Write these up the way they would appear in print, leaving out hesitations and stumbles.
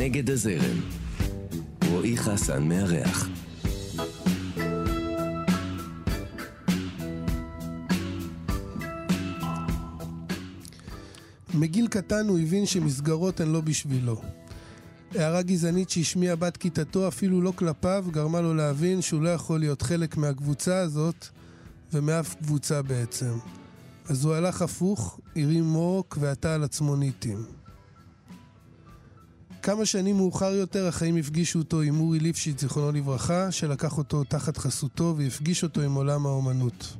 נגד הזרם. רועי חסן מארח. מגיל קטן הוא הבין שמסגרות הן לא בשבילו. הערה גזענית שהשמיע בת כיתתו אפילו לא כלפיו גרמה לו להבין שהוא לא יכול להיות חלק מהקבוצה הזאת ומאף קבוצה בעצם. אז הוא הלך הפוך, הרים מוק ועטה על עצמוניתים. כמה שנים מאוחר יותר החיים הפגישו אותו עם אורי ליפשיץ זיכרונו לברכה, שלקח אותו תחת חסותו והפגיש אותו עם עולם האומנות.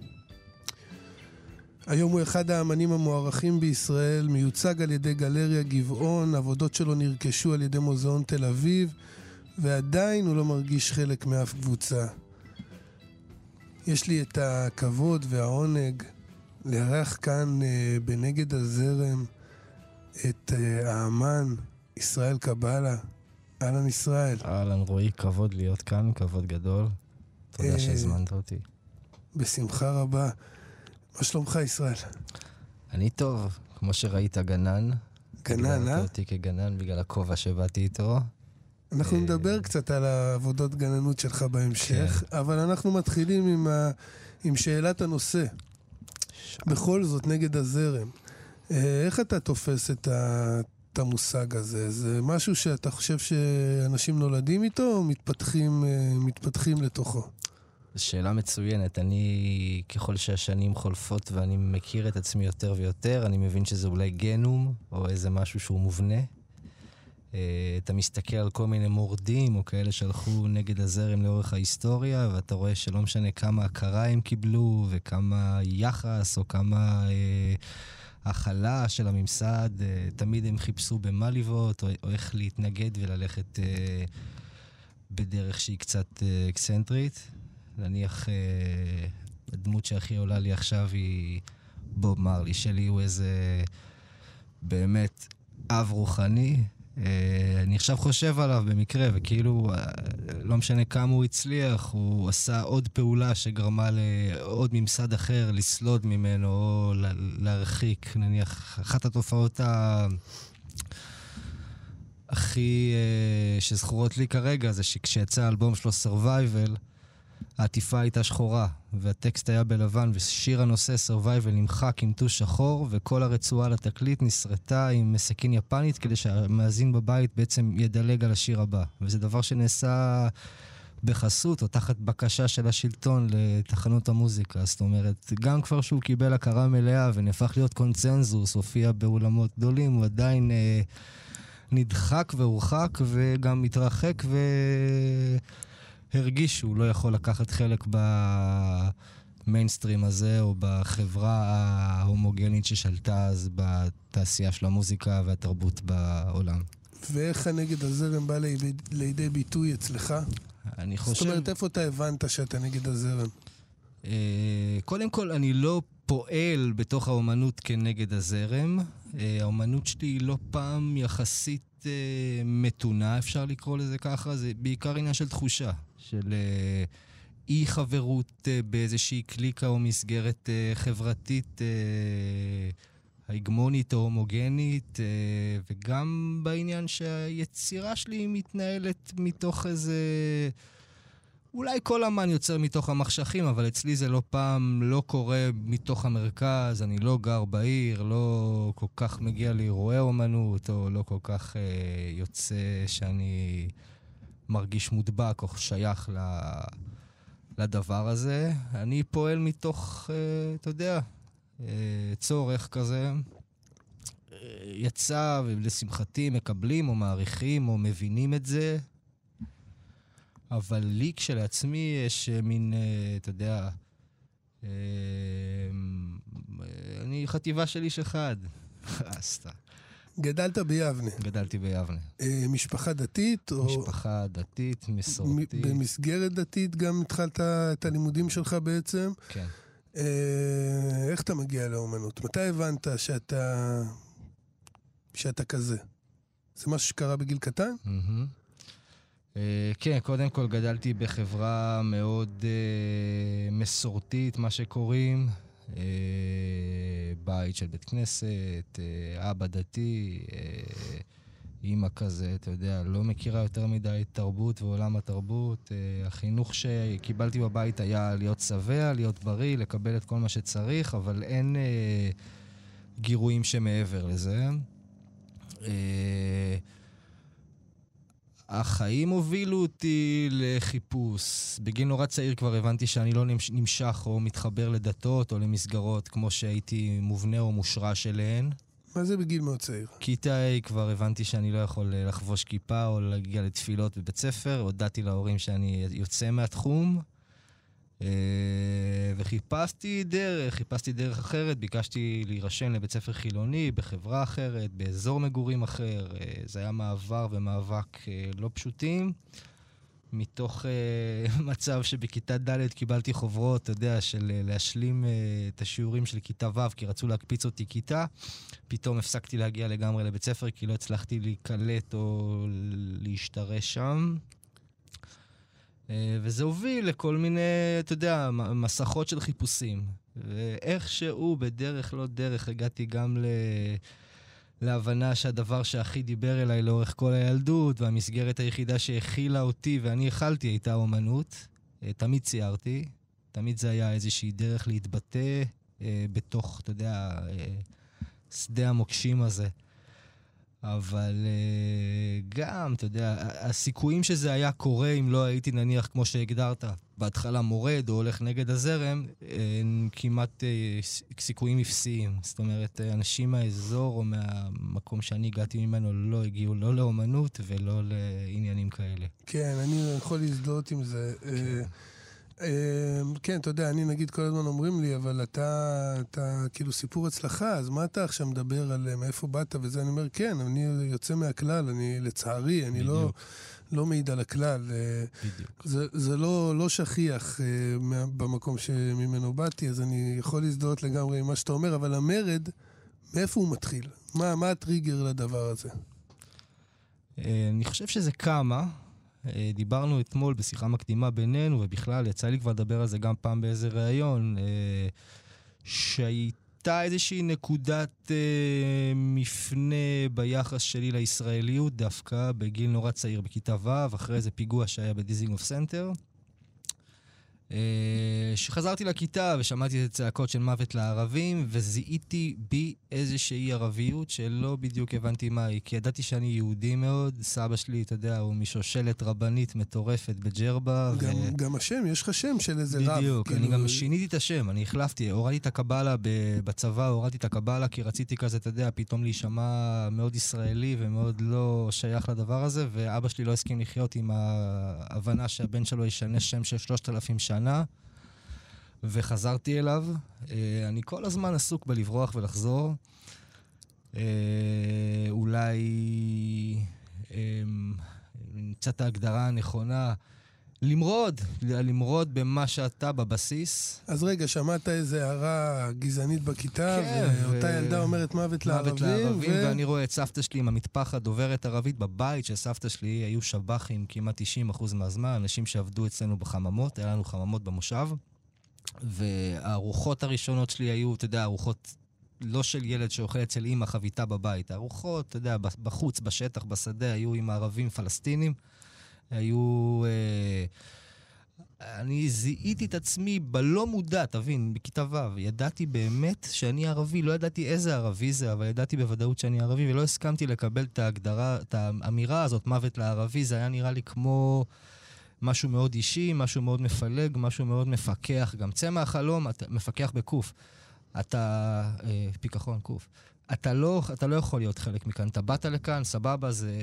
היום הוא אחד האמנים המוערכים בישראל, מיוצג על ידי גלריה גבעון, עבודות שלו נרכשו על ידי מוזיאון תל אביב, ועדיין הוא לא מרגיש חלק מאף קבוצה. יש לי את הכבוד והעונג לארח כאן בנגד הזרם את האמן ישראל קבלה. אהלן ישראל. אהלן רועי, כבוד להיות כאן, כבוד גדול. תודה שהזמנת אותי. בשמחה רבה. מה שלומך ישראל? אני טוב, כמו שראית גנן. גנן, הגדרת אותי כגנן בגלל הכובע שבאתי איתו. אנחנו נדבר קצת על העבודות גננות שלך בהמשך, אבל אנחנו מתחילים עם שאלת הנושא. בכל זאת, נגד הזרם. איך אתה תופס את המושג הזה? זה משהו שאתה חושב שאנשים נולדים איתו או מתפתחים לתוכו? זו שאלה מצוינת. אני, ככל שהשנים חולפות ואני מכיר את עצמי יותר ויותר, אני מבין שזה אולי גנום או איזה משהו שהוא מובנה. אתה מסתכל על כל מיני מורדים או כאלה שהלכו נגד הזרם לאורך ההיסטוריה, ואתה רואה שלא משנה כמה הכרה הם קיבלו וכמה יחס או כמה הכלה של הממסד, תמיד הם חיפשו במה לבעוט או איך להתנגד וללכת בדרך שהיא קצת אקסנטרית. נניח, הדמות שהכי עולה לי עכשיו היא בוב מרלי. שלי הוא איזה באמת אב רוחני. אני עכשיו חושב עליו במקרה, וכאילו, לא משנה כמה הוא הצליח, הוא עשה עוד פעולה שגרמה לעוד ממסד אחר לסלוד ממנו, או להרחיק. נניח, אחת התופעות הכי שזכורות לי כרגע, זה שכשיצא האלבום שלו Survival, העטיפה הייתה שחורה, והטקסט היה בלבן, ושיר הנושא Survival נמחק עם טוש שחור, וכל הרצועה לתקליט נסרטה עם סכין יפנית, כדי שהמאזין בבית בעצם ידלג על השיר הבא. וזה דבר שנעשה בחסות, או תחת בקשה של השלטון לתחנות המוזיקה. זאת אומרת, גם כבר שהוא קיבל הכרה מלאה, ונהפך להיות קונצנזוס, הופיע באולמות גדולים, הוא עדיין נדחק והורחק, וגם מתרחק הרגיש שהוא לא יכול לקחת חלק במיינסטרים הזה, או בחברה ההומוגנית ששלטה אז בתעשייה של המוזיקה והתרבות בעולם. ואיך הנגד הזרם בא לידי ביטוי אצלך? אני חושב... זאת אומרת, איפה אתה הבנת שאתה נגד הזרם? קודם כל, אני לא פועל בתוך האומנות כנגד הזרם. האומנות שלי היא לא פעם יחסית מתונה, אפשר לקרוא לזה ככה. זה בעיקר עניין של תחושה, של אי חברות באיזושהי קליקה או מסגרת חברתית ההגמונית או הומוגנית, וגם בעניין שהיצירה שלי מתנהלת מתוך איזה... אולי כל אמן יוצר מתוך המחשכים, אבל אצלי זה לא פעם לא קורה מתוך המרכז, אני לא גר בעיר, לא כל כך מגיע לאירועי אומנות, או לא כל כך יוצא שאני מרגיש מודבק או שייך לדבר הזה. אני פועל מתוך, אתה יודע, צורך כזה. יצא, ולשמחתי מקבלים או מעריכים או מבינים את זה, אבל לי כשלעצמי יש מין, אתה יודע, אני חטיבה של איש אחד. סתם. גדלת ביבנה. גדלתי ביבנה. משפחה דתית? משפחה דתית, מסורתית. במסגרת דתית גם התחלת את הלימודים שלך בעצם? כן. איך אתה מגיע לאומנות? מתי הבנת שאתה כזה? זה משהו שקרה בגיל קטן? כן, קודם כל גדלתי בחברה מאוד מסורתית, מה שקוראים, בית של בית כנסת, אבא דתי, אמא כזה, אתה יודע, לא מכירה יותר מדי תרבות ועולם התרבות. החינוך שקיבלתי בבית היה להיות שבע, להיות בריא, לקבל את כל מה שצריך, אבל אין גירויים שמעבר לזה. החיים הובילו אותי לחיפוש. בגיל נורא צעיר כבר הבנתי שאני לא נמשך או מתחבר לדתות או למסגרות כמו שהייתי מובנה או מושרש אליהן. מה זה בגיל מאוד צעיר? כיתה A כבר הבנתי שאני לא יכול לחבוש כיפה או להגיע לתפילות בבית ספר. הודעתי להורים שאני יוצא מהתחום. וחיפשתי דרך אחרת. ביקשתי להירשם לבית ספר חילוני, בחברה אחרת, באזור מגורים אחר. זה היה מעבר ומאבק לא פשוטים. מתוך מצב שבכיתה ד' קיבלתי חוברות, אתה יודע, של להשלים את השיעורים של כיתה ו', כי רצו להקפיץ אותי כיתה. פתאום הפסקתי להגיע לגמרי לבית ספר, כי לא הצלחתי להיקלט או להשתרש שם. וזה הוביל לכל מיני, אתה יודע, מסכות של חיפושים. ואיכשהו, בדרך לא דרך, הגעתי גם להבנה שהדבר שהכי דיבר אליי לאורך כל הילדות, והמסגרת היחידה שהכילה אותי ואני הכלתי הייתה אומנות. תמיד ציירתי, תמיד זה היה איזושהי דרך להתבטא בתוך, אתה יודע, שדה המוקשים הזה. אבל גם, אתה יודע, הסיכויים שזה היה קורה אם לא הייתי נניח, כמו שהגדרת, בהתחלה מורד או הולך נגד הזרם, כמעט סיכויים אפסיים. זאת אומרת, אנשים מהאזור או מהמקום שאני הגעתי ממנו לא הגיעו לא לאומנות ולא לעניינים כאלה. כן, אני יכול להזדהות עם זה. כן, אתה יודע, אני נגיד כל הזמן אומרים לי, אבל אתה כאילו סיפור הצלחה, אז מה אתה עכשיו מדבר על מאיפה באת וזה? אני אומר, כן, אני יוצא מהכלל, אני לצערי, אני לא מעיד על הכלל. זה לא שכיח במקום שממנו באתי, אז אני יכול להזדהות לגמרי עם מה שאתה אומר, אבל המרד, מאיפה הוא מתחיל? מה הטריגר לדבר הזה? אני חושב שזה כמה. דיברנו אתמול בשיחה מקדימה בינינו, ובכלל יצא לי כבר לדבר על זה גם פעם באיזה ראיון, שהייתה איזושהי נקודת מפנה ביחס שלי לישראליות, דווקא בגיל נורא צעיר בכיתה ו', אחרי איזה פיגוע שהיה בדיזינגוף סנטר. שחזרתי לכיתה ושמעתי את צעקות של מוות לערבים, וזיהיתי בי איזושהי ערביות שלא בדיוק הבנתי מה היא, כי ידעתי שאני יהודי מאוד. סבא שלי, אתה יודע, הוא משושלת רבנית מטורפת בג'רבה. גם השם, יש לך שם של איזה רב. בדיוק, אני גם שיניתי את השם, אני החלפתי, הורדתי את הקבלה בצבא, הורדתי את הקבלה כי רציתי כזה, אתה יודע, פתאום להישמע מאוד ישראלי ומאוד לא שייך לדבר הזה, ואבא שלי לא הסכים לחיות עם ההבנה שהבן שלו ישנה שם של 3,000 שנה. וחזרתי אליו. אני כל הזמן עסוק בלברוח ולחזור. אולי נמצא את ההגדרה הנכונה. למרוד במה שאתה בבסיס. אז רגע, שמעת איזה הערה גזענית בכיתה, ואותה ילדה אומרת מוות לערבים, ואני רואה את סבתא שלי עם המטפחת דוברת ערבית בבית של סבתא שלי, היו שב"חים כמעט 90% מהזמן, אנשים שעבדו אצלנו בחממות, היה לנו חממות במושב, והארוחות הראשונות שלי היו, אתה יודע, ארוחות לא של ילד שאוכל אצל אמא חביתה בבית, הארוחות, אתה יודע, בחוץ, בשטח, בשדה, היו עם ערבים פלסטינים, היו... אני זיהיתי את עצמי בלא מודע, תבין, בכיתה ו'. ידעתי באמת שאני ערבי, לא ידעתי איזה ערבי זה, אבל ידעתי בוודאות שאני ערבי, ולא הסכמתי לקבל את ההגדרה, את האמירה הזאת, מוות לערבי. זה היה נראה לי כמו משהו מאוד אישי, משהו מאוד מפלג, משהו מאוד מפקח. גם צא מהחלום, מפקח בקוף. אתה, פיקחון, קוף. אתה לא יכול להיות חלק מכאן. אתה באת לכאן, סבבה, זה...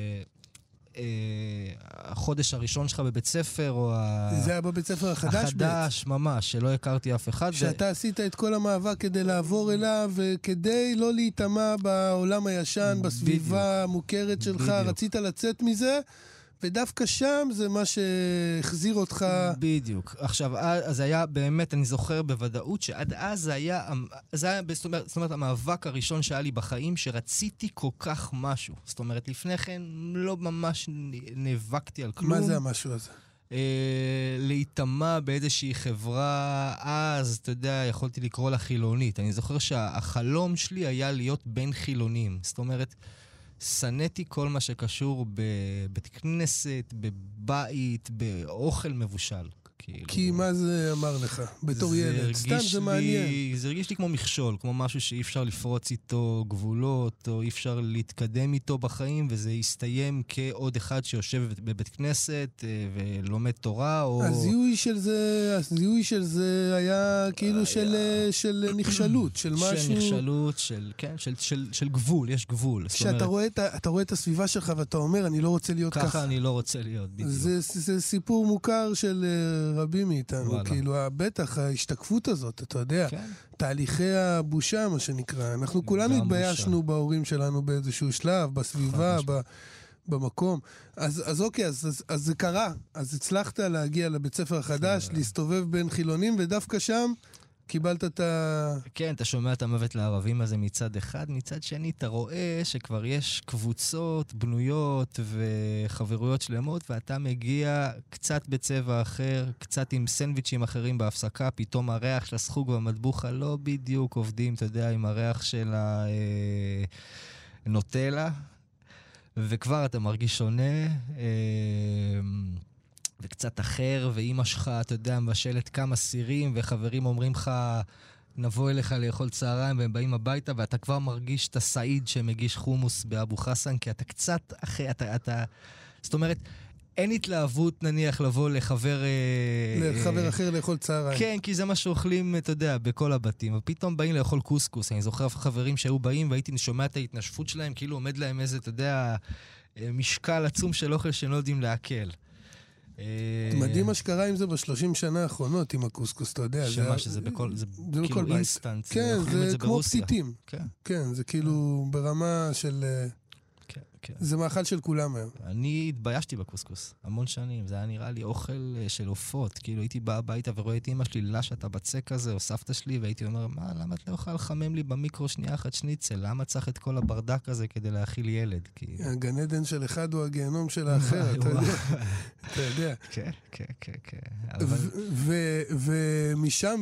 החודש הראשון שלך בבית ספר, או זה היה בבית ספר החדש בעצם. החדש, ממש, שלא הכרתי אף אחד. שאתה עשית את כל המאבק כדי לעבור אליו, וכדי לא להיטמע בעולם הישן, בסביבה המוכרת שלך, רצית לצאת מזה, ודווקא שם זה מה שהחזיר אותך... בדיוק. עכשיו, אז היה באמת, אני זוכר בוודאות שעד אז זה היה זאת אומרת, המאבק הראשון שהיה לי בחיים, שרציתי כל כך משהו. זאת אומרת, לפני כן לא ממש נאבקתי על כלום. מה זה המשהו הזה? להיטמע באיזושהי חברה, אז, אתה יודע, יכולתי לקרוא לה חילונית. אני זוכר שהחלום שלי היה להיות בין חילונים. זאת אומרת, סניתי כל מה שקשור בבית כנסת, בבית, באוכל מבושל. כי מה זה אמר לך? בתור ילד. סתם זה מעניין. זה הרגיש לי כמו מכשול, כמו משהו שאי אפשר לפרוץ איתו גבולות, או אי אפשר להתקדם איתו בחיים, וזה יסתיים כעוד אחד שיושב בבית כנסת ולומד תורה, או... הזיהוי של זה היה כאילו של נכשלות, של משהו... של נכשלות, כן, של גבול, יש גבול. כשאתה רואה את הסביבה שלך ואתה אומר, אני לא רוצה להיות ככה. ככה אני לא רוצה להיות, בדיוק. זה סיפור מוכר של רבים מאיתנו, כאילו, בטח, ההשתקפות הזאת, אתה יודע, תהליכי הבושה, מה שנקרא. אנחנו כולנו התביישנו בהורים שלנו באיזשהו שלב, בסביבה, במקום. אז אוקיי, אז זה קרה. אז הצלחת להגיע לבית ספר החדש, להסתובב בין חילונים, ודווקא שם קיבלת את כן, אתה שומע את המוות לערבים הזה מצד אחד, מצד שני אתה רואה שכבר יש קבוצות בנויות וחברויות שלמות, ואתה מגיע קצת בצבע אחר, קצת עם סנדוויצ'ים אחרים בהפסקה, פתאום הריח של הסחוג והמטבוחה לא בדיוק עובדים, אתה יודע, עם הריח של הנוטלה, וכבר אתה מרגיש שונה, וקצת אחר, ואמא שלך, אתה יודע, מבשלת כמה סירים, וחברים אומרים לך, נבוא אליך לאכול צהריים, והם באים הביתה, ואתה כבר מרגיש את הסעיד שמגיש חומוס באבו חסן, כי אתה קצת אחר, זאת אומרת, אין התלהבות נניח לבוא לחבר אחר לאכול צהריים. כן, כי זה מה שאוכלים, אתה יודע, בכל הבתים, ופתאום באים לאכול קוסקוס. אני זוכר חברים שהיו באים, והייתי שומע את ההתנשפות שלהם, כאילו עומד להם איזה, אתה יודע, משקל עצום של אוכל שהם לא יודעים להקל. מדהים מה שקרה עם זה ב-30 שנה האחרונות עם הקוסקוס, אתה יודע. שמה שזה בכל, זה כאילו אינסטנט. כן, זה כמו פתיתים. כן, זה כאילו ברמה של... זה מאכל של כולם היום. אני התביישתי בקוסקוס, המון שנים. זה היה נראה לי אוכל של עופות. כאילו הייתי בא הביתה ורואה את אמא שלי לשת הבצק הזה, או סבתא שלי, והייתי אומר, מה, למה את לא יכולה לחמם לי במיקרו שנייה אחת שניצל? למה צריך את כל הברדק הזה כדי להאכיל ילד? הגן עדן של אחד הוא הגיהנום של האחר, אתה יודע. כן, כן, כן. ומשם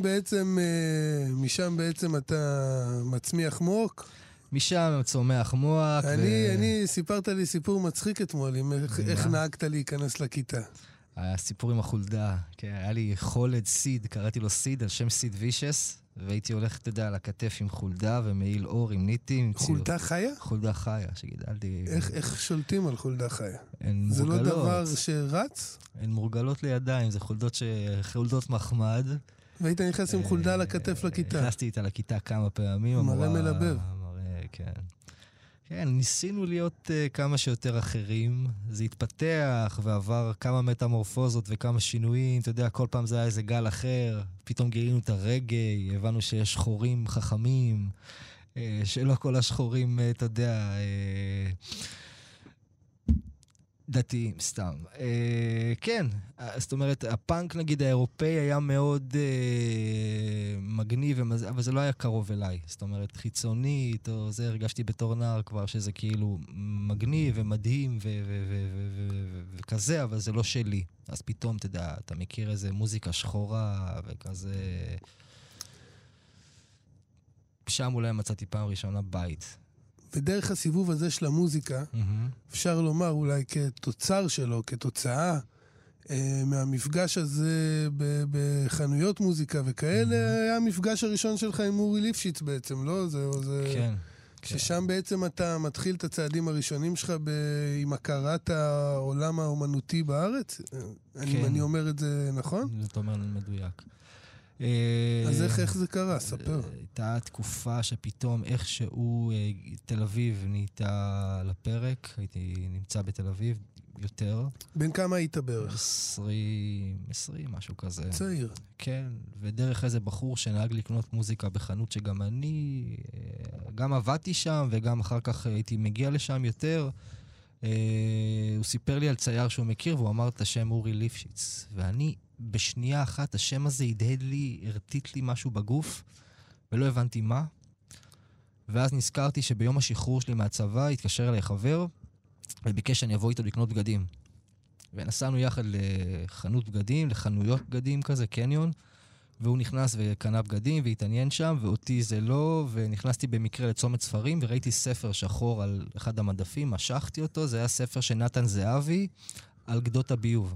בעצם אתה מצמיח מוק? משם צומח מוח. אני סיפרת לי סיפור מצחיק אתמול, איך נהגת להיכנס לכיתה. היה סיפור עם החולדה, היה לי חולד סיד, קראתי לו סיד על שם סיד וישס, והייתי הולך, אתה יודע, על הכתף עם חולדה ומעיל אור עם ניטים. חולדה חיה? חולדה חיה, שגידלתי. איך שולטים על חולדה חיה? הן זה מורגלות. לא דבר שרץ? הן מורגלות לידיים, זה חולדות מחמד. והיית נכנס עם חולדה על הכתף לכיתה? נכנסתי איתה לכיתה כמה פעמים. מראה מלבב. כן. כן, ניסינו להיות כמה שיותר אחרים. זה התפתח ועבר כמה מטמורפוזות וכמה שינויים. אתה יודע, כל פעם זה היה איזה גל אחר. פתאום גילינו את הרגעי, הבנו שיש שחורים חכמים, שלא כל השחורים, אתה יודע, דתיים, סתם. כן, זאת אומרת, הפאנק נגיד האירופאי היה מאוד מגניב, אבל זה לא היה קרוב אליי. זאת אומרת, חיצונית, או זה הרגשתי בתור נער כבר שזה כאילו מגניב ומדהים וכזה, אבל זה לא שלי. אז פתאום, אתה יודע, אתה מכיר איזה מוזיקה שחורה וכזה... שם אולי מצאתי פעם ראשונה בית. ודרך הסיבוב הזה של המוזיקה, אפשר לומר אולי כתוצר שלו, כתוצאה מהמפגש הזה בחנויות מוזיקה וכאלה, היה המפגש הראשון שלך עם אורי ליפשיץ בעצם, לא? כן. ששם בעצם אתה מתחיל את הצעדים הראשונים שלך עם הכרת העולם האומנותי בארץ? אני אומר את זה נכון? זאת אומרת מדויק. אז איך זה קרה? ספר. הייתה תקופה שפתאום איכשהו תל אביב נהייתה לפרק, הייתי נמצא בתל אביב יותר. בין כמה היית בערך? 20, משהו כזה. צעיר. כן, ודרך איזה בחור שנהג לקנות מוזיקה בחנות שגם אני, גם עבדתי שם וגם אחר כך הייתי מגיע לשם יותר. הוא סיפר לי על צייר שהוא מכיר והוא אמר את השם אורי ליפשיץ, ואני בשנייה אחת השם הזה הדהד לי, הרטיט לי משהו בגוף ולא הבנתי מה. ואז נזכרתי שביום השחרור שלי מהצבא התקשר אליי חבר וביקש שאני אבוא איתו לקנות בגדים. ונסענו יחד לחנות בגדים, לחנויות בגדים כזה, קניון, והוא נכנס וקנה בגדים והתעניין שם, ואותי זה לא, ונכנסתי במקרה לצומת ספרים, וראיתי ספר שחור על אחד המדפים, משכתי אותו, זה היה ספר של נתן זהבי, על גדות הביוב.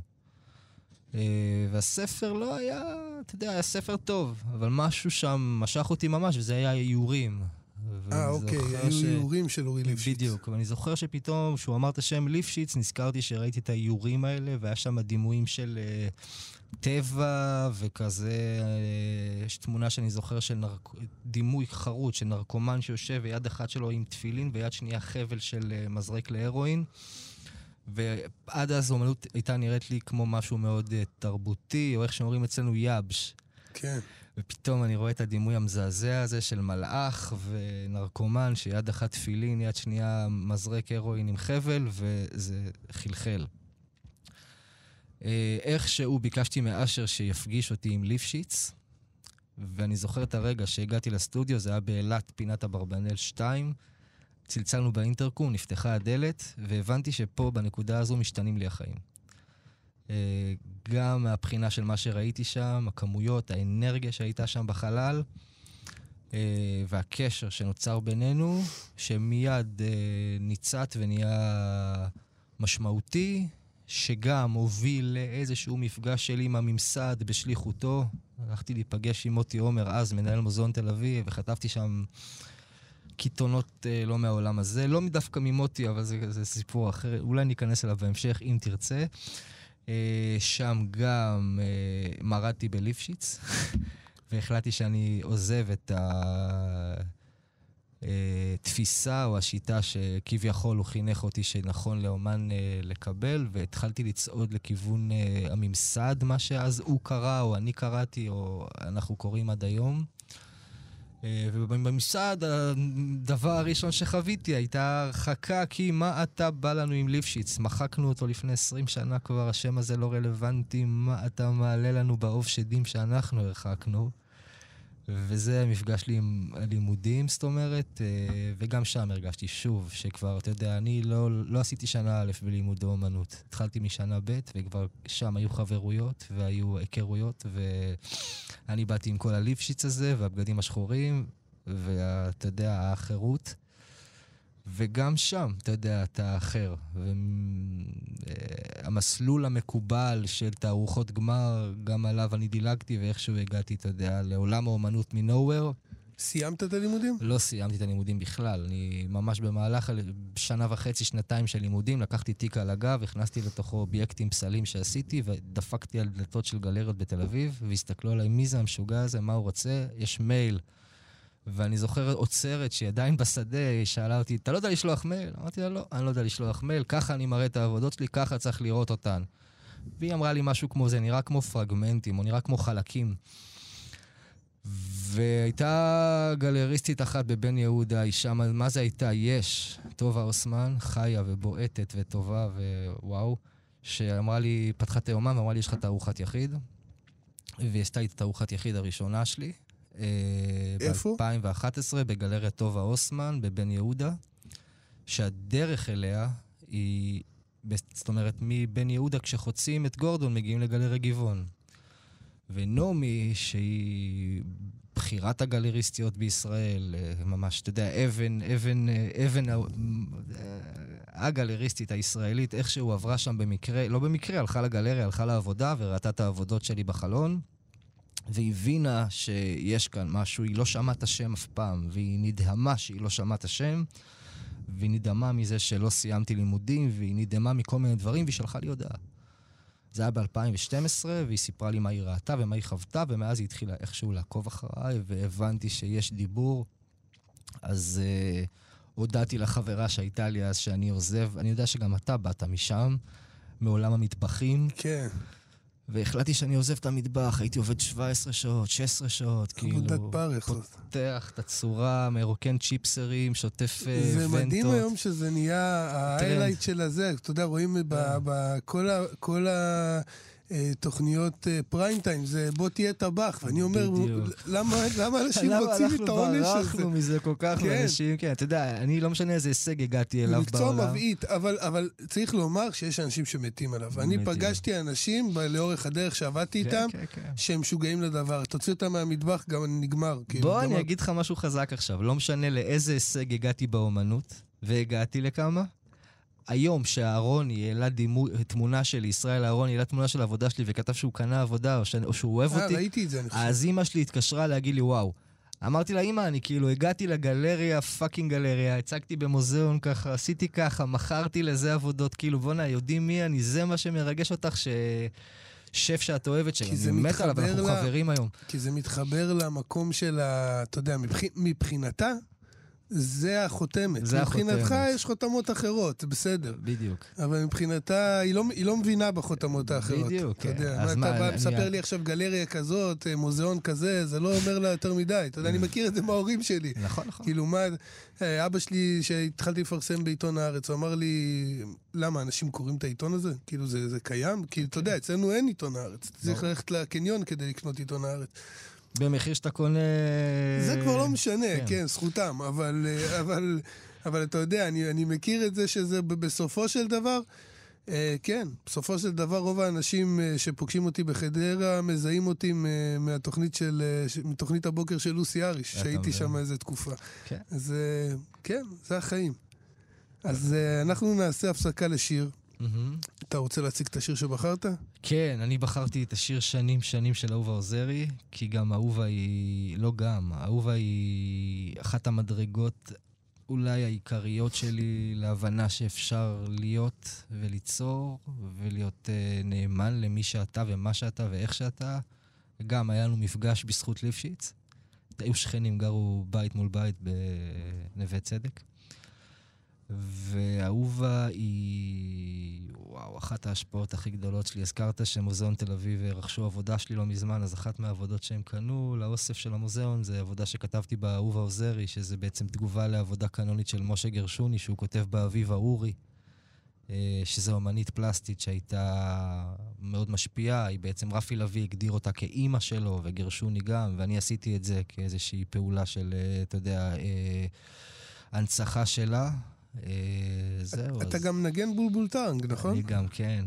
והספר לא היה, אתה יודע, היה ספר טוב, אבל משהו שם משך אותי ממש, וזה היה איורים. אוקיי, היו איורים של אורי ליפשיץ. בדיוק, ואני זוכר שפתאום, כשהוא אמר את השם ליפשיץ, נזכרתי שראיתי את האיורים האלה, והיה שם דימויים של טבע, וכזה, יש תמונה שאני זוכר של דימוי חרוט, של נרקומן שיושב, ויד אחת שלו עם תפילין, ויד שנייה חבל של מזרק להרואין. ועד אז האומנות הייתה נראית לי כמו משהו מאוד תרבותי, או איך שאומרים אצלנו יבש. כן. ופתאום אני רואה את הדימוי המזעזע הזה של מלאך ונרקומן, שיד אחת תפילין, יד שנייה מזרק הרואין עם חבל, וזה חלחל. איכשהו ביקשתי מאשר שיפגיש אותי עם ליפשיץ, ואני זוכר את הרגע שהגעתי לסטודיו, זה היה באילת פינת אברבנאל 2, צלצלנו באינטרקום, נפתחה הדלת, והבנתי שפה בנקודה הזו משתנים לי החיים. גם מהבחינה של מה שראיתי שם, הכמויות, האנרגיה שהייתה שם בחלל, והקשר שנוצר בינינו, שמיד ניצת ונהיה משמעותי, שגם הוביל לאיזשהו מפגש שלי עם הממסד בשליחותו. הלכתי להיפגש עם מוטי עומר, אז מנהל מוזיאון תל אביב, וכתבתי שם קיתונות לא מהעולם הזה, לא דווקא ממוטי, אבל זה סיפור אחר, אולי ניכנס אליו בהמשך, אם תרצה. שם גם מרדתי בליפשיץ, והחלטתי שאני עוזב את התפיסה או השיטה שכביכול הוא חינך אותי שנכון לאומן לקבל, והתחלתי לצעוד לכיוון הממסד, מה שאז הוא קרא, או אני קראתי, או אנחנו קוראים עד היום. ובממסד הדבר הראשון שחוויתי הייתה הרחקה, כי מה אתה בא לנו עם ליפשיץ? מחקנו אותו לפני 20 שנה כבר, השם הזה לא רלוונטי, מה אתה מעלה לנו באוב שדים שאנחנו הרחקנו? וזה המפגש לי עם הלימודים, זאת אומרת, וגם שם הרגשתי שוב שכבר, אתה יודע, אני לא עשיתי שנה א' בלימוד האומנות. התחלתי משנה ב' וכבר שם היו חברויות והיו היכרויות, ואני באתי עם כל הליפשיץ הזה והבגדים השחורים, ואתה יודע, האחרות. וגם שם, אתה יודע, אתה אחר. המסלול המקובל של תערוכות גמר, גם עליו אני דילגתי, ואיכשהו הגעתי, אתה יודע, לעולם האומנות מנוהוור. סיימת את הלימודים? לא סיימתי את הלימודים בכלל. אני ממש במהלך שנה וחצי, שנתיים של לימודים, לקחתי תיק על הגב, הכנסתי לתוכו אובייקטים פסלים שעשיתי, ודפקתי על דלתות של גלריות בתל אביב, והסתכלו עליי, מי זה המשוגע הזה, מה הוא רוצה? יש מייל. ואני זוכר עוצרת שהיא עדיין בשדה, היא שאלה אותי, אתה לא יודע לשלוח מייל? אמרתי לה, לא, אני לא יודע לשלוח מייל, ככה אני מראה את העבודות שלי, ככה צריך לראות אותן. והיא אמרה לי משהו כמו זה, נראה כמו פרגמנטים, או נראה כמו חלקים. והייתה גלריסטית אחת בבן יהודה, אישה, מה זה הייתה? יש, טובה אוסמן, חיה ובועטת וטובה ווואו, שאמרה לי, פתחה תאומה, ואמרה לי, יש לך תערוכת יחיד, והיא עשתה את תערוכת יחיד הראשונה שלי, איפה? ב-2011 בגלריית טובה אוסמן בבן יהודה, שהדרך אליה היא, זאת אומרת, מבן יהודה כשחוצים את גורדון מגיעים לגלריה גבעון. ונומי, שהיא בחירת הגלריסטיות בישראל, ממש, אתה יודע, אבן הגלריסטית הישראלית, איכשהו עברה שם במקרה, לא במקרה, הלכה לגלריה, הלכה לעבודה וראתה את העבודות שלי בחלון, והבינה שיש כאן משהו, היא לא שמעה את השם אף פעם, והיא נדהמה שהיא לא שמעה את השם, והיא נדהמה מזה שלא סיימתי לימודים, והיא נדהמה מכל מיני דברים, והיא שלחה לי הודעה. זה היה ב-2012, והיא סיפרה לי מה היא ראתה ומה היא חוותה, ומאז היא התחילה איכשהו לעקוב אחריי, והבנתי שיש דיבור. אז הודעתי לחברה שהייתה לי אז שאני עוזב, אני יודע שגם אתה באת משם, מעולם המטבחים. כן. והחלטתי שאני עוזב את המטבח, הייתי עובד 17 שעות, 16 שעות, עבודת פרך. פותח את הצורה, מרוקן צ'יפסרים, שוטף ונטות. זה מדהים היום שזה נהיה ההיילייט של הזה, אתה יודע, רואים בכל תוכניות פריים טיים, זה בוא תהיה טבח, ואני אומר, למה אנשים רוצים את העונש הזה? אנחנו ברחנו מזה כל כך, ואנשים, כן, אתה יודע, אני לא משנה איזה הישג הגעתי אליו בעולם. מקצוע מבעית, אבל צריך לומר שיש אנשים שמתים עליו. אני פגשתי אנשים לאורך הדרך שעבדתי איתם, שהם משוגעים לדבר. תוציא אותם מהמטבח, גם נגמר. בוא, אני אגיד לך משהו חזק עכשיו, לא משנה לאיזה הישג הגעתי באומנות, והגעתי לכמה. היום שהארוני העלה תמונה של ישראל, הארוני העלה תמונה של העבודה שלי וכתב שהוא קנה עבודה או שהוא אוהב אותי, ראיתי את זה, אני חושב. אז אמא שלי התקשרה להגיד לי וואו. אמרתי לה, אמא, אני כאילו הגעתי לגלריה, פאקינג גלריה, הצגתי במוזיאון ככה, עשיתי ככה, מכרתי לזה עבודות, כאילו בוא'נה, יודעים מי אני, זה מה שמרגש אותך שף שאת אוהבת, שאני מת עליו, אנחנו חברים היום. כי זה מתחבר למקום של אתה יודע, מבחינתה, זה החותמת. מבחינתך יש חותמות אחרות, זה בסדר. בדיוק. אבל מבחינתה, היא לא מבינה בחותמות האחרות. בדיוק, כן. אתה יודע, אתה בא מספר לי עכשיו גלריה כזאת, מוזיאון כזה, זה לא אומר לה יותר מדי. אתה יודע, אני מכיר את זה מההורים שלי. נכון, נכון. כאילו, מה, אבא שלי, שהתחלתי לפרסם בעיתון הארץ, הוא אמר לי, למה, אנשים קוראים את העיתון הזה? כאילו, זה קיים? כי אתה יודע, אצלנו אין עיתון הארץ. צריך ללכת לקניון כדי לקנות עיתון הארץ. במחיר שאתה קונה... זה כבר לא משנה, כן, זכותם, אבל אתה יודע, אני מכיר את זה שזה בסופו של דבר, כן, בסופו של דבר רוב האנשים שפוגשים אותי בחדרה מזהים אותי מתוכנית הבוקר של לוסי אריש, שהייתי שם איזה תקופה. אז כן, זה החיים. אז אנחנו נעשה הפסקה לשיר. אתה רוצה להציג את השיר שבחרת? כן, אני בחרתי את השיר שנים של אהובה עוזרי, כי גם אהובה היא, לא גם, אהובה היא אחת המדרגות אולי העיקריות שלי להבנה שאפשר להיות וליצור ולהיות נאמן למי שאתה ומה שאתה ואיך שאתה. גם היה לנו מפגש בזכות ליפשיץ, היו שכנים, גרו בית מול בית בנווה צדק. ואהובה היא, וואו, אחת ההשפעות הכי גדולות שלי. הזכרת שמוזיאון תל אביב רכשו עבודה שלי לא מזמן, אז אחת מהעבודות שהם קנו לאוסף של המוזיאון, זה עבודה שכתבתי באהובה עוזרי, שזה בעצם תגובה לעבודה קנונית של משה גרשוני, שהוא כותב באביבה אורי, שזו אמנית פלסטית שהייתה מאוד משפיעה, היא בעצם רפי לוי הגדיר אותה כאימא שלו, וגרשוני גם, ואני עשיתי את זה כאיזושהי פעולה של, אתה יודע, הנצחה שלה. זהו. אתה גם נגן בולבול טנג, נכון? אני גם, כן.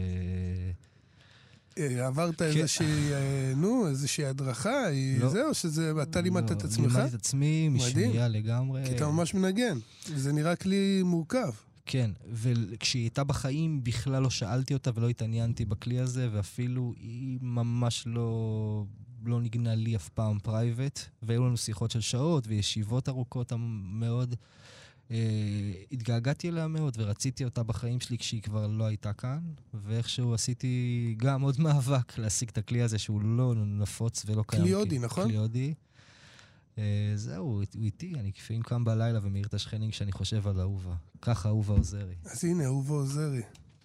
עברת איזושהי הדרכה, זהו, שזה, אתה לימדת את עצמך? לימדתי את עצמי, משמיעה לגמרי. כי אתה ממש מנגן, זה נראה כלי מורכב. כן, וכשהיא הייתה בחיים בכלל לא שאלתי אותה ולא התעניינתי בכלי הזה, ואפילו היא ממש לא נגנה לי אף פעם פרייבט, והיו לנו שיחות של שעות וישיבות ארוכות מאוד. התגעגעתי אליה מאוד ורציתי אותה בחיים שלי כשהיא כבר לא הייתה כאן, ואיכשהו עשיתי גם עוד מאבק להשיג את הכלי הזה שהוא לא נפוץ ולא קיים. כלי הודי, נכון? כלי הודי. זהו, הוא איתי, אני כפעמים קם בלילה ומאיר את השכנים כשאני חושב על אהובה. ככה אהובה עוזרי. אז הנה, אהובה עוזרי.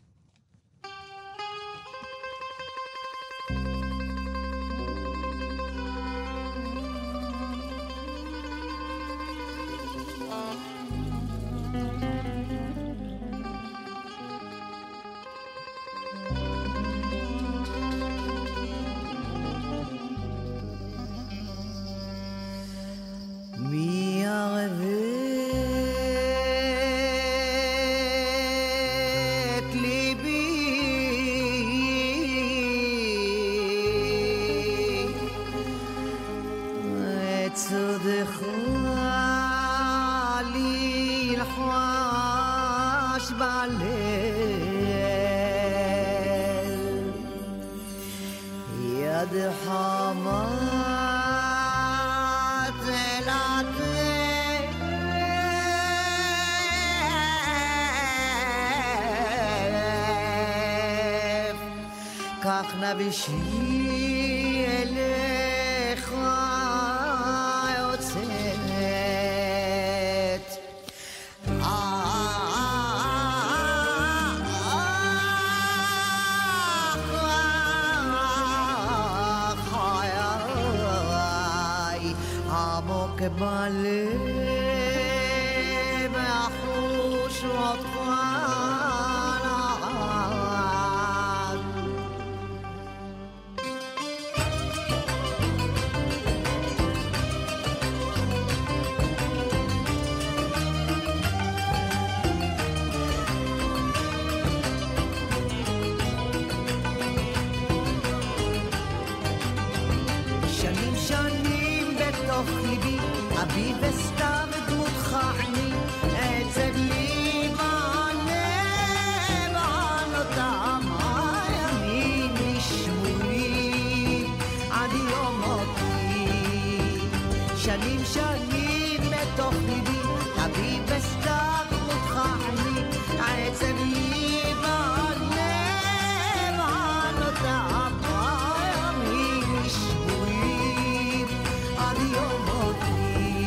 בשביל אליך יוצאת חיי עמוק בלב אחוש אותך בתוך ליבי, אביב וסתיו ודמותך עיני, עצב לי בענב אותם הימים נשמורים עד יום מותי. שנים שנים בתוך ליבי, אביב וסתיו ודמותך עיני, עצב לי בענב אותם הימים נשמורים עד יום מותי.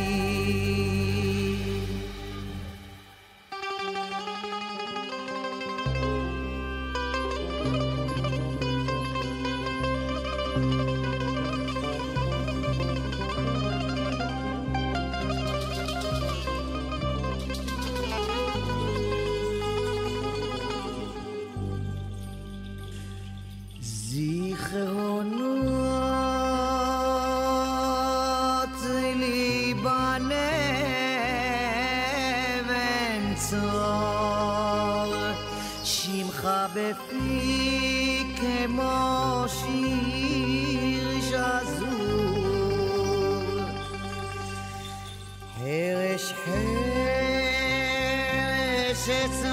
זיכרונות לי בלבן צור, שמך בפי כמו שיר שזור, הרש חרש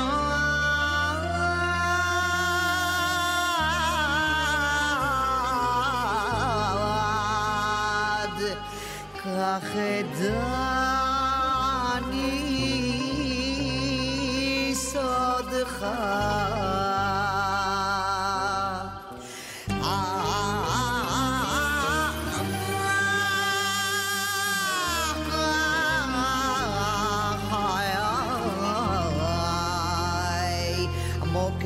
צועד, כך אדני סודך. עמוק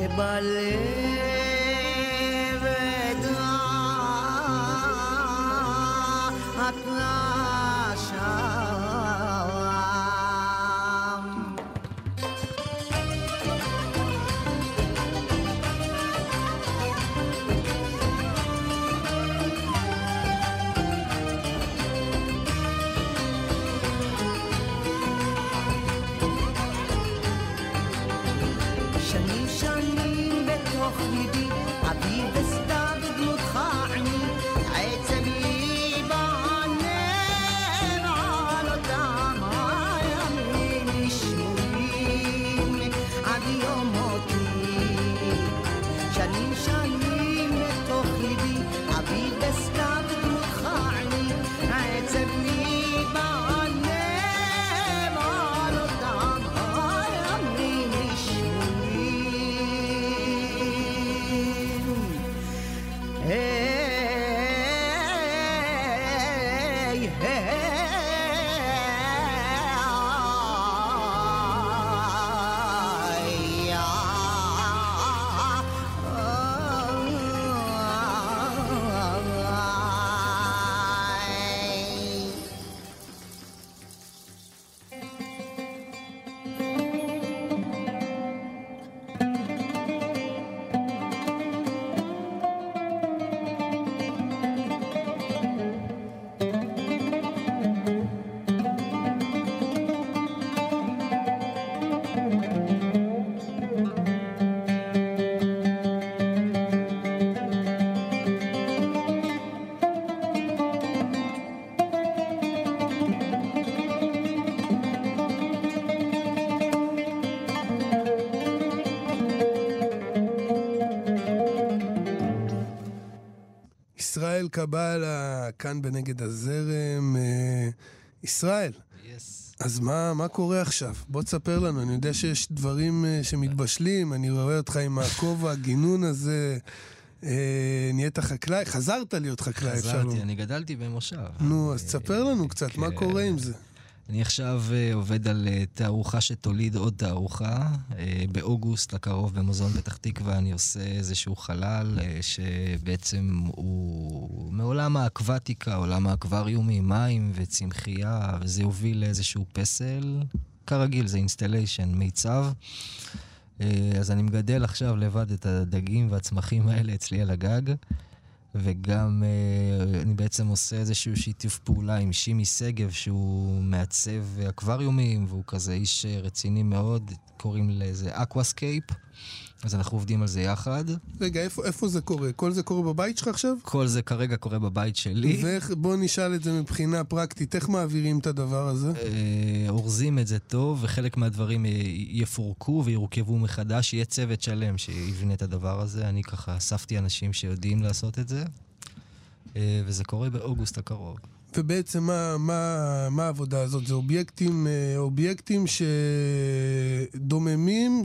בלב דעת נשם. שנים שנים בתוך ליבי, אביב וסתיו ודמותך עיני, עצב לי בענב על אותם הימים נשמורים עד יום מותי. שנים שנים בתוך ליבי, אביב וסתיו ודמותך עיני, עצב לי בענב על אותם הימים נשמורים. היי ישראל קבלה, כאן בנגד הזרם. ישראל, אז מה קורה עכשיו? בוא תספר לנו, אני יודע שיש דברים שמתבשלים, אני רואה אותך עם הכובע, הגינון הזה, נהיית חקלאי, חזרת להיות חקלאי. חזרתי, אני גדלתי במושב. נו, אז תספר לנו קצת, מה קורה עם זה? אני עכשיו עובד על תערוכה שתוליד עוד תערוכה. באוגוסט הקרוב במוזיאון פתח תקווה אני עושה איזשהו חלל שבעצם הוא מעולם האקוואטיקה, עולם האקווריומי, מים וצמחייה, וזה יוביל לאיזשהו פסל. כרגיל, זה אינסטליישן, מיצב. אז אני מגדל עכשיו לבד את הדגים והצמחים האלה אצלי על הגג. וגם אני בעצם עושה איזשהו שיתוף פעולה עם שימי סגב, שהוא מעצב אקווריומים, והוא כזה איש רציני מאוד, קוראים לזה אקווסקייפ. אז אנחנו עובדים על זה יחד. רגע, איפה זה קורה? כל זה קורה בבית שלך עכשיו? כל זה כרגע קורה בבית שלי. בוא נשאל את זה מבחינה פרקטית, איך מעבירים את הדבר הזה? אורזים את זה טוב, וחלק מהדברים יפורקו ויורכבו מחדש, יהיה צוות שלם שיבנה את הדבר הזה. אני ככה אספתי אנשים שיודעים לעשות את זה, וזה קורה באוגוסט הקרוב. ובעצם מה העבודה הזאת? זה אובייקטים שדוממים,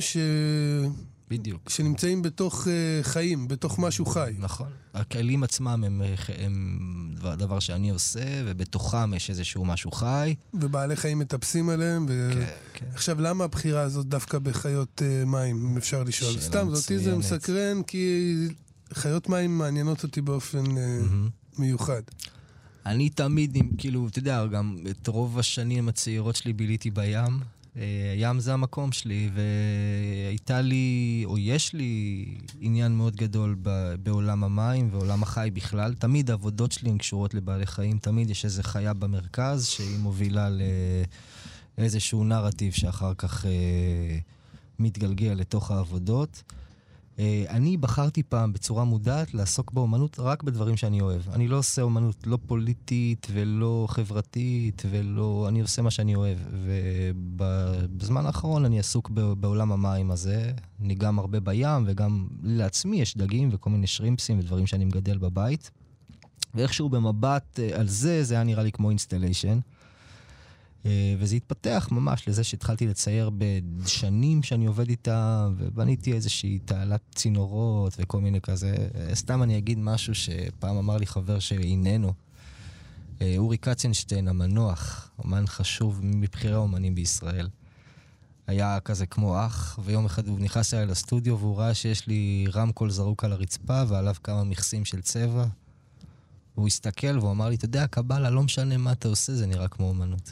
בדיוק. שנמצאים בתוך חיים, בתוך משהו חי. נכון. הכלים עצמם הם דבר שאני עושה, ובתוכם יש איזשהו משהו חי. ובעלי חיים מטפסים עליהם. כן. עכשיו, למה הבחירה הזאת דווקא בחיות מים, אם אפשר לשאול? סתם, אותי זה מסקרן, כי חיות מים מעניינות אותי באופן מיוחד. אני תמיד, כאילו, אתה יודע, גם את רוב השנים הצעירות שלי ביליתי בים. הים זה המקום שלי, והייתה לי, או יש לי, עניין מאוד גדול בעולם המים ועולם החי בכלל. תמיד העבודות שלי הן קשורות לבעלי חיים, תמיד יש איזו חיה במרכז שהיא מובילה לאיזשהו נרטיב שאחר כך מתגלגל לתוך העבודות. אני בחרתי פעם בצורה מודעת לעסוק באומנות רק בדברים שאני אוהב. אני לא עושה אומנות לא פוליטית ולא חברתית ולא... אני עושה מה שאני אוהב. ובזמן האחרון אני עסוק בעולם המים הזה. אני גם הרבה בים וגם לעצמי יש דגים וכל מיני שרימפסים ודברים שאני מגדל בבית. ואיכשהו במבט על זה, זה היה נראה לי כמו אינסטליישן. וזה התפתח ממש לזה שהתחלתי לצייר בשנים שאני עובד איתה, ובניתי איזושהי תעלת צינורות וכל מיני כזה. סתם אני אגיד משהו שפעם אמר לי חבר שאיננו. אורי קצנשטיין, המנוח, אמן חשוב מבחירי האומנים בישראל. היה כזה כמו אח, ויום אחד הוא נכנס אליי לסטודיו והוא ראה שיש לי רמקול זרוק על הרצפה ועליו כמה מכסים של צבע. והוא הסתכל והוא אמר לי, אתה יודע, קבלה, לא משנה מה אתה עושה, זה נראה כמו אומנות.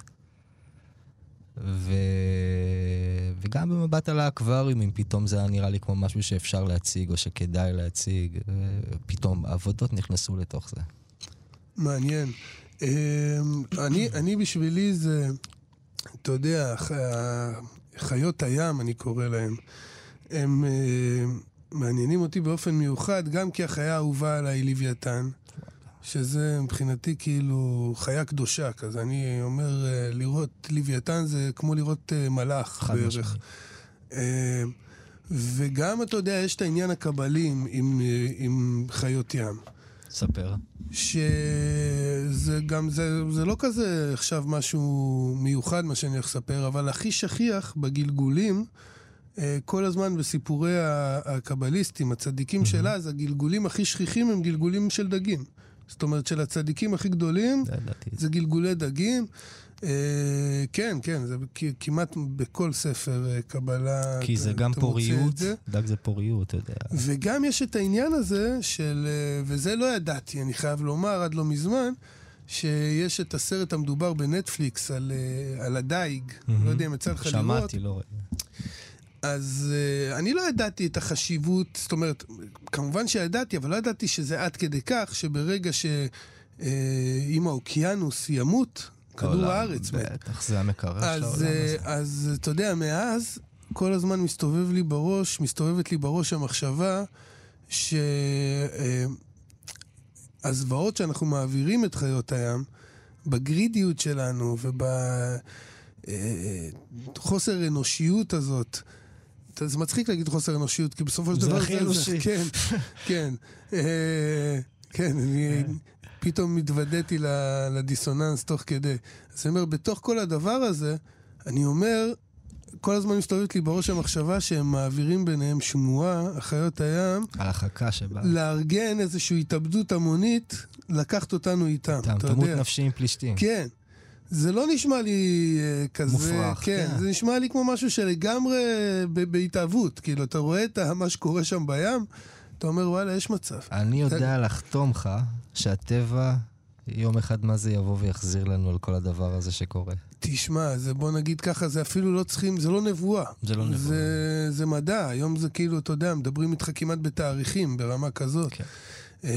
וגם במבט על האקווריום, אם פתאום זה היה נראה לי כמו משהו שאפשר להציג או שכדאי להציג, פתאום העבודות נכנסו לתוך זה. מעניין. אני בשבילי זה, אתה יודע, חיות הים, אני קורא להם, הם מעניינים אותי באופן מיוחד, גם כי החיה האהובה עליי לוויתן, שזה מבחינתי כאילו חיה קדושה, כזה אני אומר, לראות לוויתן זה כמו לראות מלאך בערך. וגם אתה יודע, יש את העניין הקבלי עם חיות ים. ספר. שזה גם, זה לא כזה עכשיו משהו מיוחד מה שאני הולך לספר, אבל הכי שכיח בגלגולים, כל הזמן בסיפורי הקבליסטים, הצדיקים שלה, אז הגלגולים הכי שכיחים הם גלגולים של דגים. זאת אומרת, של הצדיקים הכי גדולים, זה גלגולי דגים. כן, זה כמעט בכל ספר קבלה. כי זה גם פוריות, דג זה פוריות, אתה יודע. וגם יש את העניין הזה של, וזה לא ידעתי, אני חייב לומר עד לא מזמן, שיש את הסרט המדובר בנטפליקס על הדייג, לא יודע אם יצא לך לראות. שמעתי, לא רואה. אז אני לא ידעתי את החשיבות, זאת אומרת, כמובן שידעתי, אבל לא ידעתי שזה עד כדי כך, שברגע שאם האוקיינוס ימות, כדור הארץ. בטח, זה המקרר של העולם הזה. אז אתה יודע, מאז כל הזמן מסתובבת לי בראש המחשבה, שהזוועות שאנחנו מעבירים את חיות הים, בגרידיות שלנו ובחוסר אנושיות הזאת, זה מצחיק להגיד חוסר אנושיות, כי בסופו של דבר זה הכי אנושי. כן, אני פתאום מתוודעתי לדיסוננס תוך כדי. אז אני אומר, בתוך כל הדבר הזה, אני אומר, כל הזמן מסתובבת לי בראש המחשבה שהם מעבירים ביניהם שמועה, החיות הים, על החכה שבא. לארגן איזושהי התאבדות המונית, לקחת אותנו איתם. תמות נפשי עם פלישתים. כן. זה לא נשמע לי כזה... מופרך. כן, זה נשמע לי כמו משהו שלגמרי בהתאהבות. כאילו, אתה רואה את מה שקורה שם בים, אתה אומר, וואלה, יש מצב. אני יודע לחתום לך שהטבע יום אחד מה זה יבוא ויחזיר לנו על כל הדבר הזה שקורה. תשמע, זה בוא נגיד ככה, זה אפילו לא צריכים, זה לא נבואה. זה לא נבואה. זה מדע. היום זה כאילו, אתה יודע, מדברים איתך כמעט בתאריכים, ברמה כזאת. כן.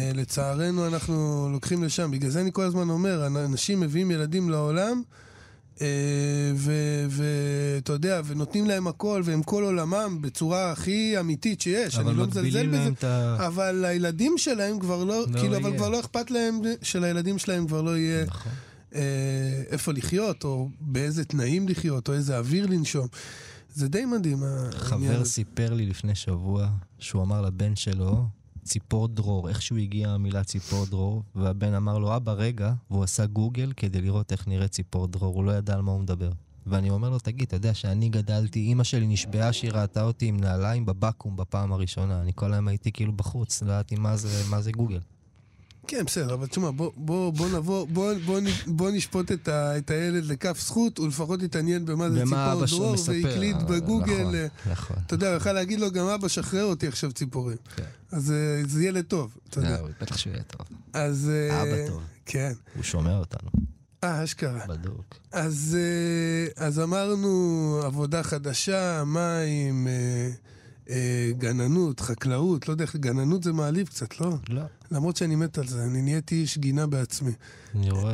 לצערנו אנחנו לוקחים לשם. בגלל זה אני כל הזמן אומר, אנשים מביאים ילדים לעולם ואתה יודע, ונותנים להם הכל, והם כל עולמם בצורה הכי אמיתית שיש, אני לא מזלזל בזה, אבל הילדים שלהם כבר לא, כאילו, אבל כבר לא אכפת להם, שלילדים שלהם כבר לא יהיה איפה לחיות, או באיזה תנאים לחיות, או איזה אוויר לנשום. זה די מדהים. חבר סיפר לי לפני שבוע, שהוא אמר לבן שלו, ציפור דרור, איך שהוא הגיע המילה ציפור דרור, והבן אמר לו, אבא רגע, והוא עשה גוגל כדי לראות איך נראה ציפור דרור, הוא לא ידע על מה הוא מדבר. ואני אומר לו, תגיד, אתה יודע שאני גדלתי, אמא שלי נשבעה שהיא ראתה אותי עם נעליים בבקום בפעם הראשונה, אני כל היום הייתי כאילו בחוץ, לא ידעתי מה זה גוגל. כן, בסדר, אבל תשמע, בוא נשפוט את הילד לכף זכות, ולפחות יתעניין במה זה ציפור דרור, ויקליד בגוגל. נכון. אתה יודע, הוא יכול להגיד לו, גם אבא שחרר אותי עכשיו ציפורים. אז זה ילד טוב, אתה יודע. בטח שהוא יהיה טוב. אבא טוב. כן. הוא שומע אותנו. אשכרה. בדוק. אז אמרנו, עבודה חדשה, מים, גננות, חקלאות, לא יודע, גננות זה מעליב קצת, לא? לא. למרות שאני מת על זה, אני נהייתי איש גינה בעצמי. אני רואה.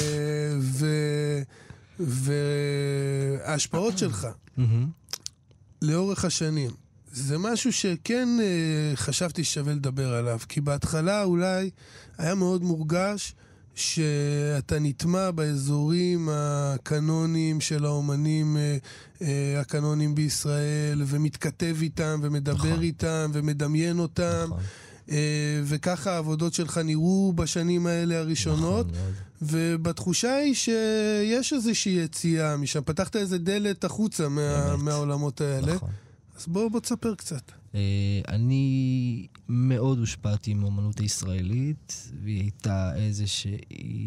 וההשפעות שלך, לאורך השנים, זה משהו שכן חשבתי ששווה לדבר עליו, כי בהתחלה אולי היה מאוד מורגש שאתה נטמע באזורים הקנונים של האומנים הקנונים בישראל, ומתכתב איתם, ומדבר איתם, ומדמיין אותם, וככה העבודות שלך נראו בשנים האלה הראשונות, ובתחושה היא שיש איזושהי יציאה משם, פתחת איזה דלת החוצה מהעולמות האלה, אז בוא תספר קצת. אני מאוד הושפעתי מאומנות הישראלית, והיא הייתה איזושהי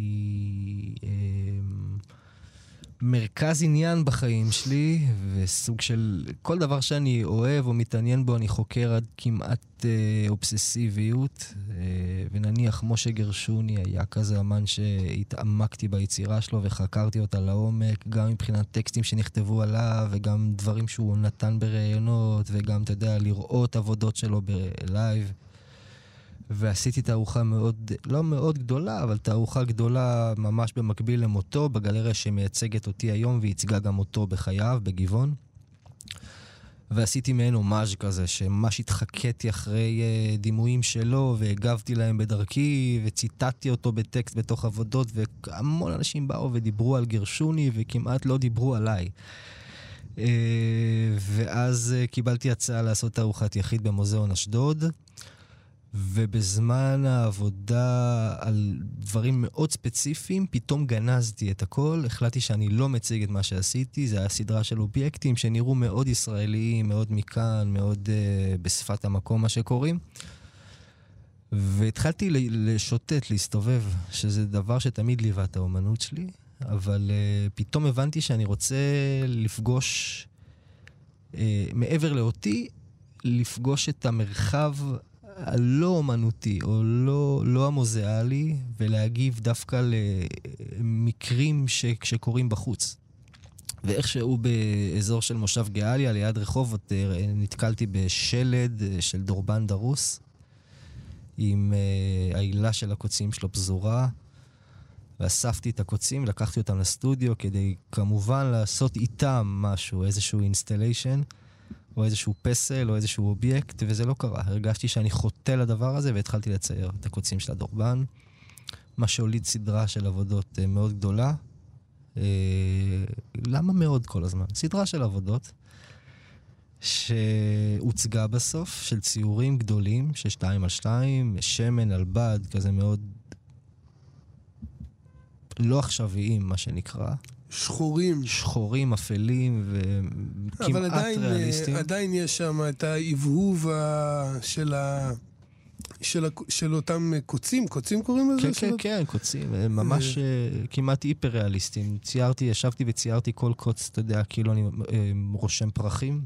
מרכז עניין בחיים שלי, וסוג של כל דבר שאני אוהב או מתעניין בו, אני חוקר עד כמעט אובססיביות, ונניח משה גרשוני היה כזה אמן שהתעמקתי ביצירה שלו וחקרתי אותה לעומק, גם מבחינת טקסטים שנכתבו עליו, וגם דברים שהוא נתן בראיונות, וגם, אתה יודע, לראות עבודות שלו בלייב. ועשיתי תערוכה מאוד, לא מאוד גדולה, אבל תערוכה גדולה ממש במקביל למותו, בגלריה שמייצגת אותי היום, והצגה גם אותו בחייו, בגבעון. ועשיתי מעין הומאז' כזה, שממש התחקתי אחרי דימויים שלו, והגבתי להם בדרכי, וציטטתי אותו בטקסט בתוך עבודות, והמון אנשים באו ודיברו על גרשוני, וכמעט לא דיברו עליי. ואז קיבלתי הצעה לעשות תערוכת יחיד במוזיאון אשדוד, ובזמן העבודה על דברים מאוד ספציפיים, פתאום גנזתי את הכל, החלטתי שאני לא מציג את מה שעשיתי, זה היה סדרה של אובייקטים שנראו מאוד ישראליים, מאוד מכאן, מאוד בשפת המקום מה שקוראים, והתחלתי לשוטט, להסתובב, שזה דבר שתמיד ליווה את האומנות שלי, אבל פתאום הבנתי שאני רוצה לפגוש, מעבר לאותי, לפגוש את המרחב הלא אומנותי, או לא המוזיאלי, ולהגיב דווקא למקרים שקורים בחוץ. ואיכשהו באזור של מושב גאליה, ליד רחובות, נתקלתי בשלד של דורבן דרוס, עם העילה של הקוצים שלו פזורה, ואספתי את הקוצים, לקחתי אותם לסטודיו, כדי כמובן לעשות איתם משהו, איזשהו אינסטליישן, או איזשהו פסל, או איזשהו אובייקט, וזה לא קרה. הרגשתי שאני חוטא לדבר הזה, והתחלתי לצייר את הקוצים של הדורבן, מה שהוליד סדרה של עבודות מאוד גדולה. למה מאוד כל הזמן? סדרה של עבודות, שהוצגה בסוף, של ציורים גדולים, של 2x2, שמן על בד, כזה מאוד לא עכשוויים, מה שנקרא. שחורים, אפלים וכמעט ריאליסטיים. אבל עדיין יש שם את ההבהוב של אותם קוצים, קוצים קוראים לזה? כן, קוצים, ממש כמעט היפר-ריאליסטיים. ישבתי וציירתי כל קוץ, אתה יודע, כאילו אני רושם פרחים.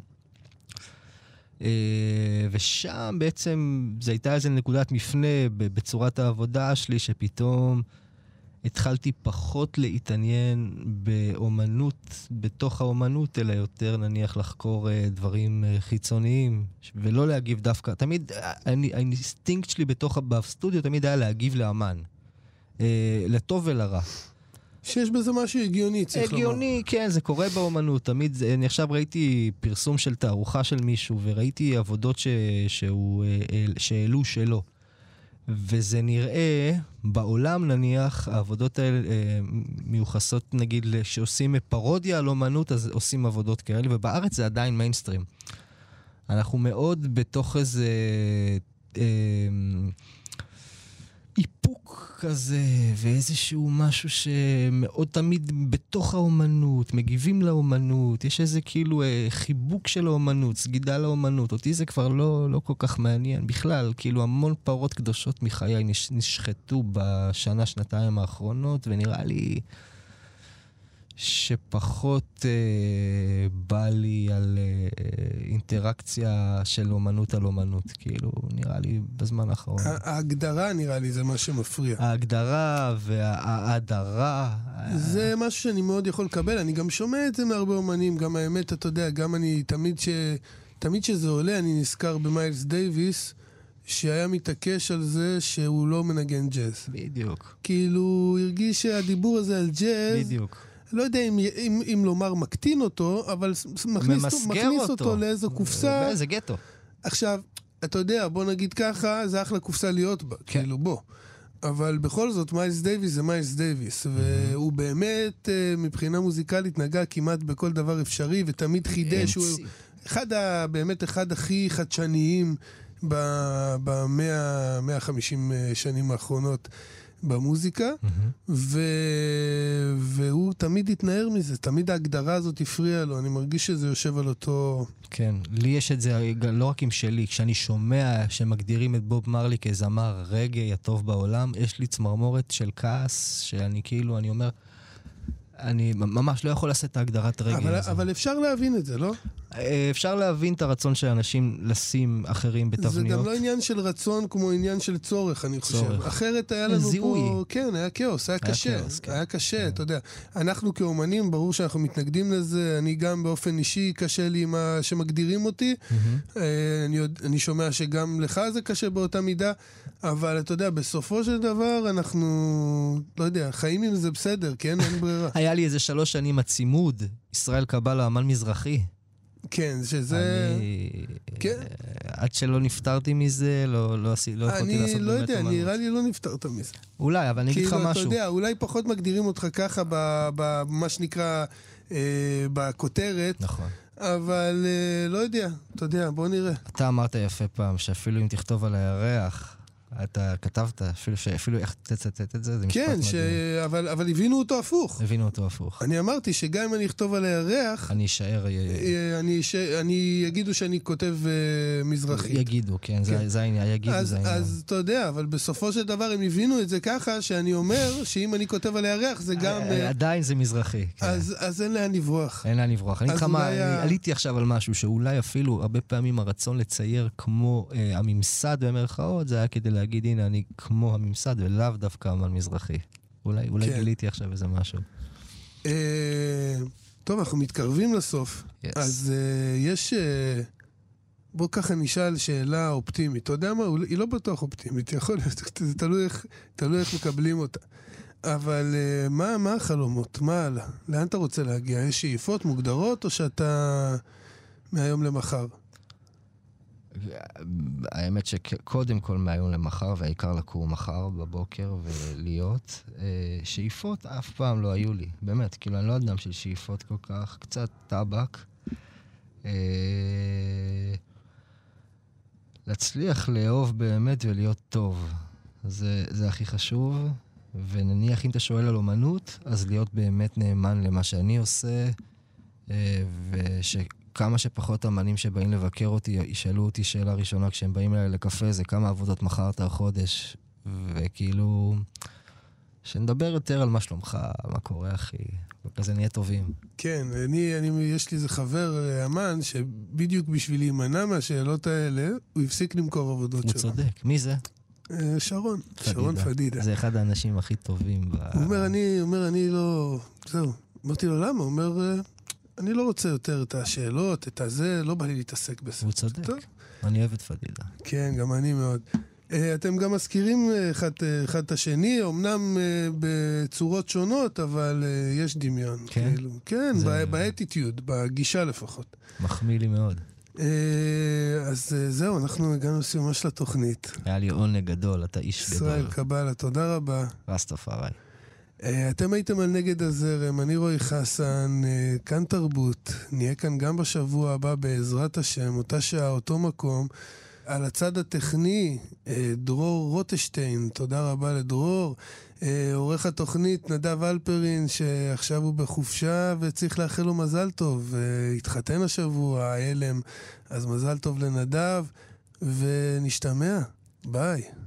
ושם בעצם זה הייתה איזו נקודת מפנה בצורת העבודה שלי, שפתאום התחלתי פחות להתעניין באומנות, בתוך האומנות, אלא יותר נניח לחקור דברים חיצוניים, ולא להגיב דווקא. תמיד, האינסטינקט שלי בסטודיו תמיד היה להגיב לאמן, לטוב ולרע. שיש בזה משהו הגיוני, צריך לומר. הגיוני, כן, זה קורה באומנות. תמיד, אני עכשיו ראיתי פרסום של תערוכה של מישהו, וראיתי עבודות שהעלו שלו. וזה נראה, בעולם נניח, העבודות האלה מיוחסות, נגיד, שעושים פרודיה על אומנות, אז עושים עבודות כאלה, ובארץ זה עדיין מיינסטרים. אנחנו מאוד בתוך איזה איפוק כזה, ואיזשהו משהו שמאוד תמיד בתוך האומנות, מגיבים לאומנות, יש איזה כאילו חיבוק של האומנות, סגידה לאומנות. אותי זה כבר לא כל כך מעניין. בכלל, כאילו המון פרות קדושות מחיי נשחטו בשנה, שנתיים האחרונות, ונראה לי שפחות בא לי על אינטראקציה של אומנות על אומנות, כאילו, נראה לי בזמן האחרון. ההגדרה נראה לי זה מה שמפריע. ההגדרה וההדרה. זה משהו שאני מאוד יכול לקבל, אני גם שומע את זה מהרבה אומנים, גם האמת, אתה יודע, גם אני, תמיד שזה עולה, אני נזכר במיילס דייביס, שהיה מתעקש על זה שהוא לא מנגן ג'אז. בדיוק. כאילו, הרגיש שהדיבור הזה על ג'אז, בדיוק. לא יודע אם לומר מקטין אותו, אבל מכניס אותו לאיזו קופסה. באיזה גטו. עכשיו, אתה יודע, בוא נגיד ככה, זה אחלה קופסה להיות בה, כאילו בוא. אבל בכל זאת, מיילס דייביס זה מיילס דייביס, והוא באמת, מבחינה מוזיקלית, נגע כמעט בכל דבר אפשרי, ותמיד חידש, הוא באמת אחד הכי חדשניים ב-150 שנים האחרונות. במוזיקה, והוא תמיד התנער מזה, תמיד ההגדרה הזאת הפריעה לו, אני מרגיש שזה יושב על אותו... כן, לי יש את זה לא רק עם שלי, כשאני שומע שמגדירים את בוב מרלי כזמר רגעי הטוב בעולם, יש לי צמרמורת של כעס, שאני כאילו, אני אומר, אני ממש לא יכול לעשות את ההגדרת רגעי הזה. אבל אפשר להבין את זה, לא? אפשר להבין את הרצון של אנשים לשים אחרים בתבניות. זה גם לא עניין של רצון כמו עניין של צורך, אני חושב. אחרת היה לנו פה... כן, היה כאוס, היה קשה. היה קשה, אתה יודע. אנחנו כאומנים, ברור שאנחנו מתנגדים לזה. אני גם באופן אישי קשה לי מה שמגדירים אותי. אני שומע שגם לך זה קשה באותה מידה. אבל אתה יודע, בסופו של דבר אנחנו, לא יודע, חיים עם זה בסדר, כן? אין ברירה. היה לי איזה 3 שנים הצימוד, ישראל קבלה, אמן מזרחי. כן, שזה... כן. עד שלא נפטרתי מזה, לא יכולתי לעשות באמת אומנות. אני לא יודע, נראה לי לא נפטרת מזה. אולי, אבל אני אגיד לך משהו. אתה יודע, אולי פחות מגדירים אותך ככה, במה שנקרא, בכותרת. נכון. אבל לא יודע, אתה יודע, בוא נראה. אתה אמרת יפה פעם, שאפילו אם תכתוב על הירח, אתה כתבת, אפילו איך תצטט את זה, זה משפט מדהים. כן, אבל הבינו אותו הפוך. הבינו אותו הפוך. אני אמרתי שגם אם אני אכתוב על הירח, אני אשאר... אני יגידו שאני כותב מזרחית. יגידו, כן, זה העניין, יגידו זה העניין. אז אתה יודע, אבל בסופו של דבר הם הבינו את זה ככה, שאני אומר שאם אני כותב על הירח זה גם... עדיין זה מזרחי. אז אין לאן לברוח. אין לאן לברוח. אני איתך מה, עליתי עכשיו על משהו שאולי אפילו הרבה פעמים הרצון לצייר כמו הממסד במרכאות, זה היה כדי להגיד, הנה, אני כמו הממסד, ולאו דווקא אמן מזרחי. אולי גיליתי עכשיו איזה משהו. טוב, אנחנו מתקרבים לסוף. אז יש... בוא ככה נשאל שאלה אופטימית. אתה יודע מה? היא לא בטוח אופטימית. יכול להיות, זה תלוי איך מקבלים אותה. אבל מה החלומות? מה הלאה? לאן אתה רוצה להגיע? יש שאיפות מוגדרות, או שאתה מהיום למחר? האמת שקודם כל מהיום למחר, והעיקר לקום מחר בבוקר ולהיות, שאיפות אף פעם לא היו לי, באמת, כאילו אני לא אדם של שאיפות כל כך, קצת טבק, להצליח לאהוב באמת ולהיות טוב, זה הכי חשוב, ונניח אם אתה שואל על אומנות, אז להיות באמת נאמן למה שאני עושה, כמה שפחות אמנים שבאים לבקר אותי, ישאלו אותי שאלה ראשונה כשהם באים אליי לקפה, זה כמה עבודות מחרת החודש, וכאילו, שנדבר יותר על מה שלומך, מה קורה אחי, וכזה נהיה טובים. כן, יש לי איזה חבר אמן, שבדיוק בשביל להימנע מהשאלות האלה, הוא הפסיק למכור עבודות שלו. הוא צודק, מי זה? שרון פדידה. זה אחד האנשים הכי טובים. הוא אומר, אני לא, זהו. אמרתי לו, למה? הוא אומר... אני לא רוצה יותר את השאלות, את הזה, לא בא לי להתעסק בזה. הוא צודק. אני אוהב את פדידה. כן, גם אני מאוד. אתם גם מזכירים אחד את השני, אמנם בצורות שונות, אבל יש דמיון. כן? כאילו. כן, באטיטיוד, בגישה לפחות. מחמיא לי מאוד. אז זהו, אנחנו הגענו לסיומה של התוכנית. היה לי עונג גדול, אתה איש גדול. ישראל קבלה, תודה רבה. רסטפארי. אתם הייתם על נגד הזרם, אני רועי חסן, כאן תרבות. נהיה כאן גם בשבוע הבא בעזרת השם, אותה שעה, אותו מקום. על הצד הטכני, דרור רוטשטיין, תודה רבה לדרור. עורך התוכנית נדב אלפרין, שעכשיו הוא בחופשה וצריך לאחל לו מזל טוב. התחתן השבוע, האלם, אז מזל טוב לנדב, ונשתמע. ביי.